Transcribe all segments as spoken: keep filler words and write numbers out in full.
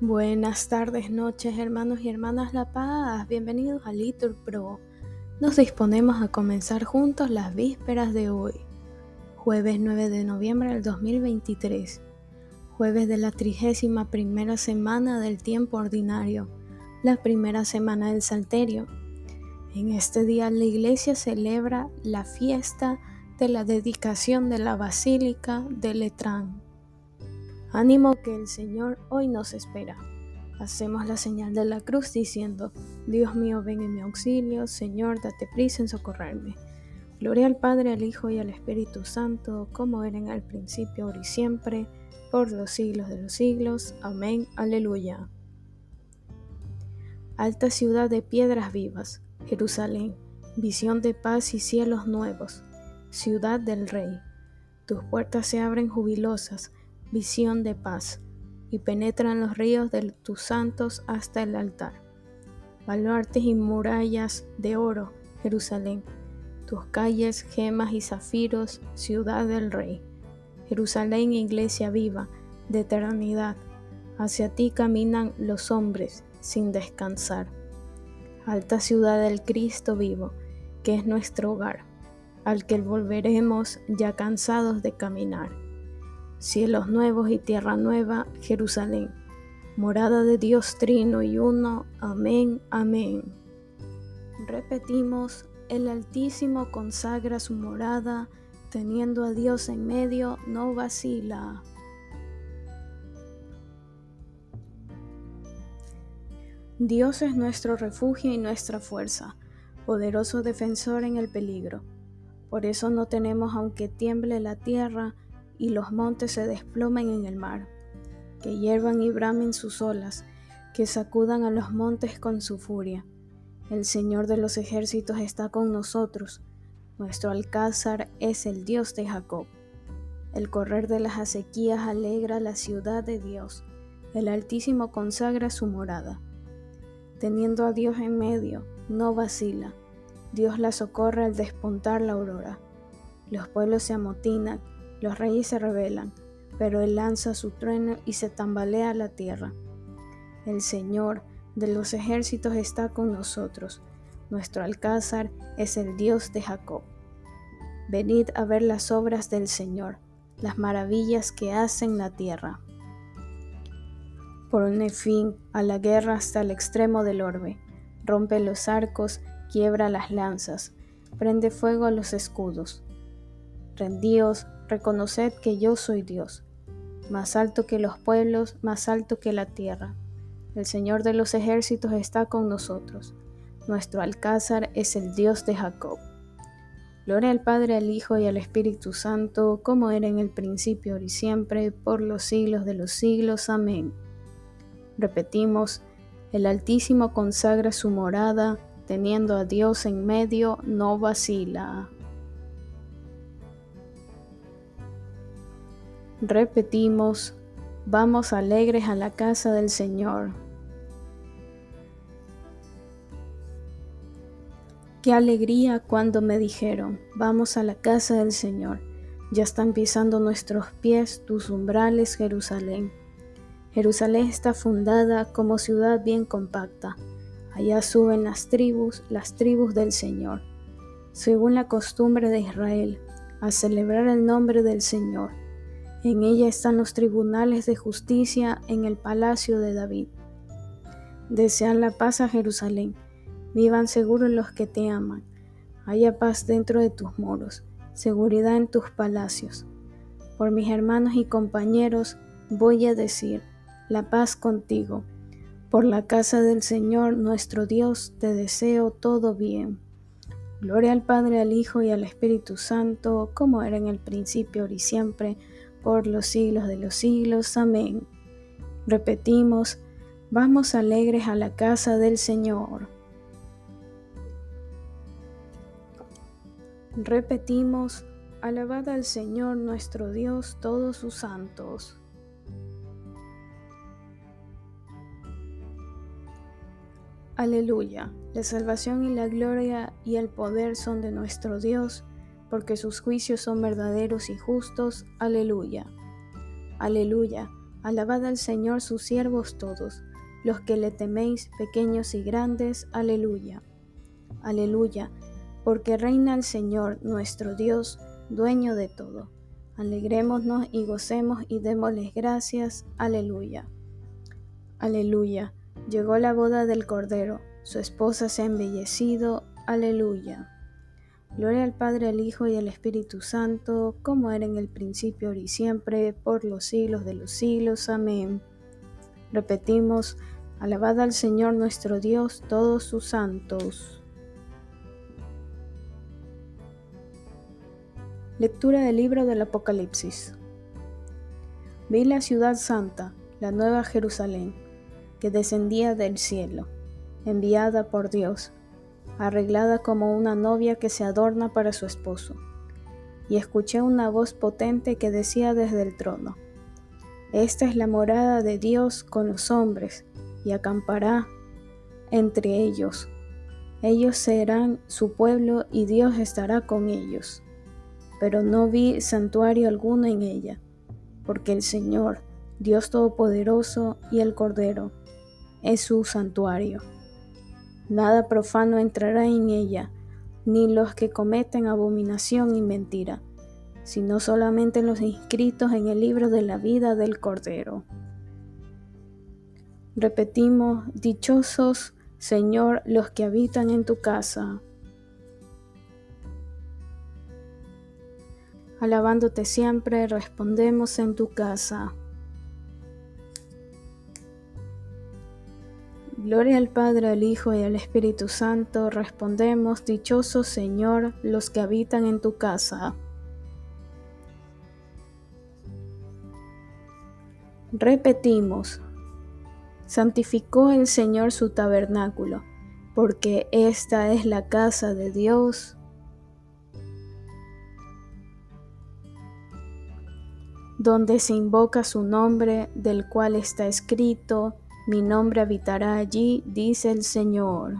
Buenas tardes, noches, hermanos y hermanas La Paz. Bienvenidos a Litur Pro. Nos disponemos a comenzar juntos las vísperas de hoy, jueves nueve de noviembre del dos mil veintitrés, jueves de la trigésima primera semana del tiempo ordinario, la primera semana del Salterio. En este día la Iglesia celebra la fiesta de la dedicación de la Basílica de Letrán. Ánimo que el Señor hoy nos espera. Hacemos la señal de la cruz diciendo: Dios mío, ven en mi auxilio, Señor, date prisa en socorrerme. Gloria al Padre, al Hijo y al Espíritu Santo, como era en el principio, ahora y siempre, por los siglos de los siglos. Amén. Aleluya. Alta ciudad de piedras vivas, Jerusalén, visión de paz y cielos nuevos, ciudad del Rey. Tus puertas se abren jubilosas, visión de paz, y penetran los ríos de tus santos hasta el altar. Baluartes y murallas de oro, Jerusalén, tus calles gemas y zafiros, ciudad del Rey. Jerusalén, iglesia viva, de eternidad, hacia ti caminan los hombres sin descansar. Alta ciudad del Cristo vivo, que es nuestro hogar, al que volveremos ya cansados de caminar. Cielos nuevos y tierra nueva, Jerusalén, morada de Dios trino y uno. Amén, amén. Repetimos: el Altísimo consagra su morada, teniendo a Dios en medio, no vacila. Dios es nuestro refugio y nuestra fuerza, poderoso defensor en el peligro. Por eso no tememos aunque tiemble la tierra y los montes se desplomen en el mar, que hiervan y bramen sus olas, que sacudan a los montes con su furia. El Señor de los ejércitos está con nosotros, nuestro alcázar es el Dios de Jacob. El correr de las acequias alegra la ciudad de Dios, el Altísimo consagra su morada. Teniendo a Dios en medio, no vacila, Dios la socorre al despuntar la aurora. Los pueblos se amotinan, los reyes se rebelan, pero Él lanza su trueno y se tambalea la tierra. El Señor de los ejércitos está con nosotros, nuestro alcázar es el Dios de Jacob. Venid a ver las obras del Señor, las maravillas que hace en la tierra. Pone fin a la guerra hasta el extremo del orbe, rompe los arcos, quiebra las lanzas, prende fuego a los escudos. Rendíos, reconoced que yo soy Dios, más alto que los pueblos, más alto que la tierra. El Señor de los ejércitos está con nosotros, nuestro alcázar es el Dios de Jacob. Gloria al Padre, al Hijo y al Espíritu Santo, como era en el principio, ahora y siempre, por los siglos de los siglos. Amén. Repetimos: el Altísimo consagra su morada, teniendo a Dios en medio, no vacila. Repetimos: vamos alegres a la casa del Señor. Qué alegría cuando me dijeron: vamos a la casa del Señor. Ya están pisando nuestros pies tus umbrales, Jerusalén. Jerusalén está fundada como ciudad bien compacta. Allá suben las tribus, las tribus del Señor, según la costumbre de Israel, a celebrar el nombre del Señor. En ella están los tribunales de justicia en el palacio de David. Desean la paz a Jerusalén, vivan seguros los que te aman. Haya paz dentro de tus muros, seguridad en tus palacios. Por mis hermanos y compañeros voy a decir: la paz contigo. Por la casa del Señor nuestro Dios te deseo todo bien. Gloria al Padre, al Hijo y al Espíritu Santo, como era en el principio, ahora y siempre, por los siglos de los siglos. Amén. Repetimos: vamos alegres a la casa del Señor. Repetimos: alabad al Señor nuestro Dios todos sus santos. Aleluya. La salvación y la gloria y el poder son de nuestro Dios, porque sus juicios son verdaderos y justos. Aleluya. Aleluya. Alabad al Señor sus siervos todos, los que le teméis, pequeños y grandes. Aleluya. Aleluya, porque reina el Señor nuestro Dios, dueño de todo. Alegrémonos y gocemos y démosles gracias. Aleluya. Aleluya. Llegó la boda del Cordero, su esposa se ha embellecido. Aleluya. Gloria al Padre, al Hijo y al Espíritu Santo, como era en el principio, ahora y siempre, por los siglos de los siglos. Amén. Repetimos, alabad al Señor nuestro Dios, todos sus santos. Lectura del libro del Apocalipsis. Vi la ciudad santa, la nueva Jerusalén, que descendía del cielo, enviada por Dios, arreglada como una novia que se adorna para su esposo. Y escuché una voz potente que decía desde el trono: Esta es la morada de Dios con los hombres, y acampará entre ellos. Ellos serán su pueblo y Dios estará con ellos. Pero no vi santuario alguno en ella, porque el Señor, Dios Todopoderoso y el Cordero, es su santuario. Nada profano entrará en ella, ni los que cometen abominación y mentira, sino solamente los inscritos en el libro de la vida del Cordero. Repetimos, dichosos, Señor, los que habitan en tu casa. Alabándote siempre, respondemos en tu casa. Gloria al Padre, al Hijo y al Espíritu Santo, respondemos, dichosos, Señor, los que habitan en tu casa. Repetimos, santificó el Señor su tabernáculo, porque esta es la casa de Dios. Donde se invoca su nombre, del cual está escrito: mi nombre habitará allí, dice el Señor.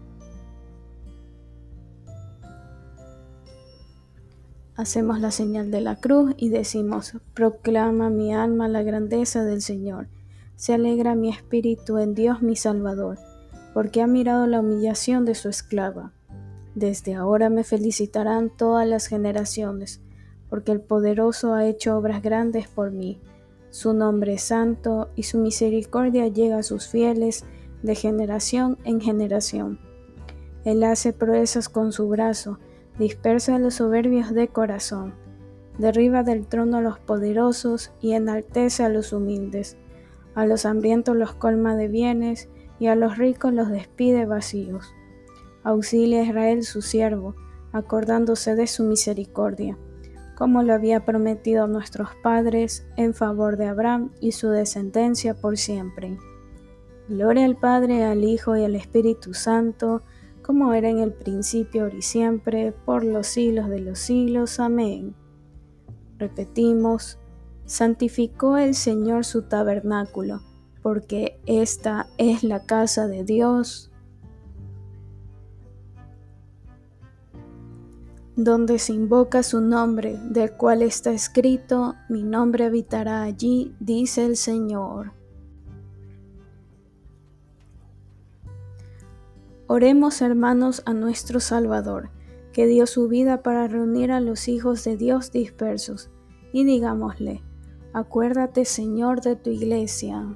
Hacemos la señal de la cruz y decimos: proclama mi alma la grandeza del Señor. Se alegra mi espíritu en Dios mi Salvador, porque ha mirado la humillación de su esclava. Desde ahora me felicitarán todas las generaciones, porque el Poderoso ha hecho obras grandes por mí. Su nombre es santo, y su misericordia llega a sus fieles de generación en generación. Él hace proezas con su brazo, dispersa a los soberbios de corazón, derriba del trono a los poderosos y enaltece a los humildes. A los hambrientos los colma de bienes, y a los ricos los despide vacíos. Auxilia a Israel su siervo, acordándose de su misericordia, como lo había prometido a nuestros padres, en favor de Abraham y su descendencia por siempre. Gloria al Padre, al Hijo y al Espíritu Santo, como era en el principio, ahora y siempre, por los siglos de los siglos. Amén. Repetimos, santificó el Señor su tabernáculo, porque esta es la casa de Dios, donde se invoca su nombre, del cual está escrito: mi nombre habitará allí, dice el Señor. Oremos, hermanos, a nuestro Salvador, que dio su vida para reunir a los hijos de Dios dispersos, y digámosle: acuérdate, Señor, de tu iglesia.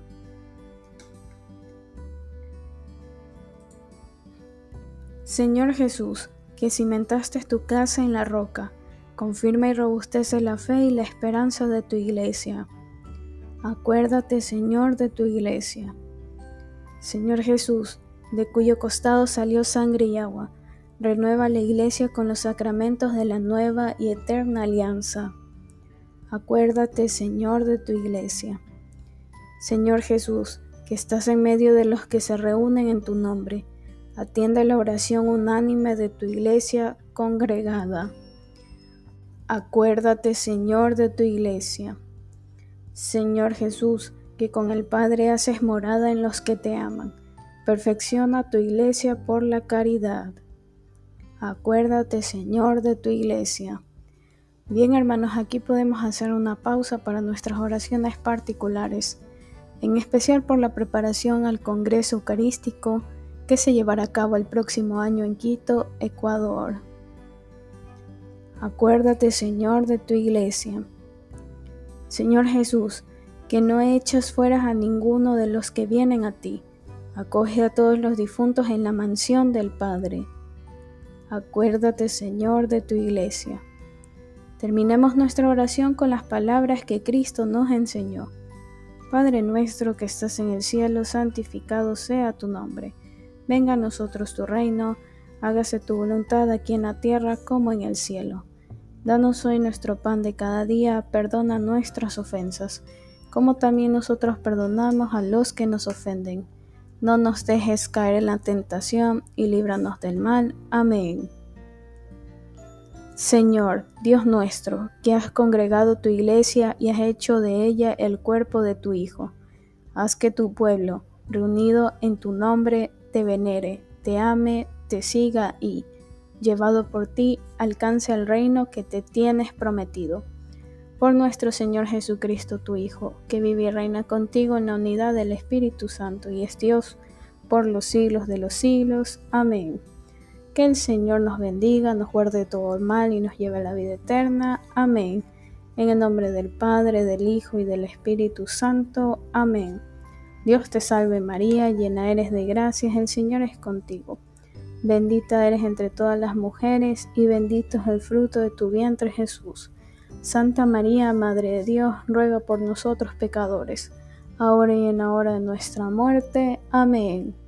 Señor Jesús, que cimentaste tu casa en la roca, confirma y robustece la fe y la esperanza de tu iglesia. Acuérdate, Señor, de tu iglesia. Señor Jesús, de cuyo costado salió sangre y agua, renueva la iglesia con los sacramentos de la nueva y eterna alianza. Acuérdate, Señor, de tu iglesia. Señor Jesús, que estás en medio de los que se reúnen en tu nombre, atiende la oración unánime de tu iglesia congregada. Acuérdate, Señor, de tu iglesia. Señor Jesús, que con el Padre haces morada en los que te aman, perfecciona tu iglesia por la caridad. Acuérdate, Señor, de tu iglesia. Bien, hermanos, aquí podemos hacer una pausa para nuestras oraciones particulares, en especial por la preparación al Congreso Eucarístico que se llevará a cabo el próximo año en Quito, Ecuador. Acuérdate, Señor, de tu iglesia. Señor Jesús, que no echas fuera a ninguno de los que vienen a ti. Acoge a todos los difuntos en la mansión del Padre. Acuérdate, Señor, de tu iglesia. Terminemos nuestra oración con las palabras que Cristo nos enseñó. Padre nuestro que estás en el cielo, santificado sea tu nombre. Venga a nosotros tu reino, hágase tu voluntad aquí en la tierra como en el cielo. Danos hoy nuestro pan de cada día, perdona nuestras ofensas, como también nosotros perdonamos a los que nos ofenden. No nos dejes caer en la tentación y líbranos del mal. Amén. Señor, Dios nuestro, que has congregado tu iglesia y has hecho de ella el cuerpo de tu Hijo, haz que tu pueblo, reunido en tu nombre, te venere, te ame, te siga y, llevado por ti, alcance el reino que te tienes prometido. Por nuestro Señor Jesucristo, tu Hijo, que vive y reina contigo en la unidad del Espíritu Santo y es Dios, por los siglos de los siglos. Amén. Que el Señor nos bendiga, nos guarde de todo el mal y nos lleve a la vida eterna. Amén. En el nombre del Padre, del Hijo y del Espíritu Santo. Amén. Dios te salve María, llena eres de gracias, el Señor es contigo. Bendita eres entre todas las mujeres y bendito es el fruto de tu vientre Jesús. Santa María, Madre de Dios, ruega por nosotros pecadores, ahora y en la hora de nuestra muerte. Amén.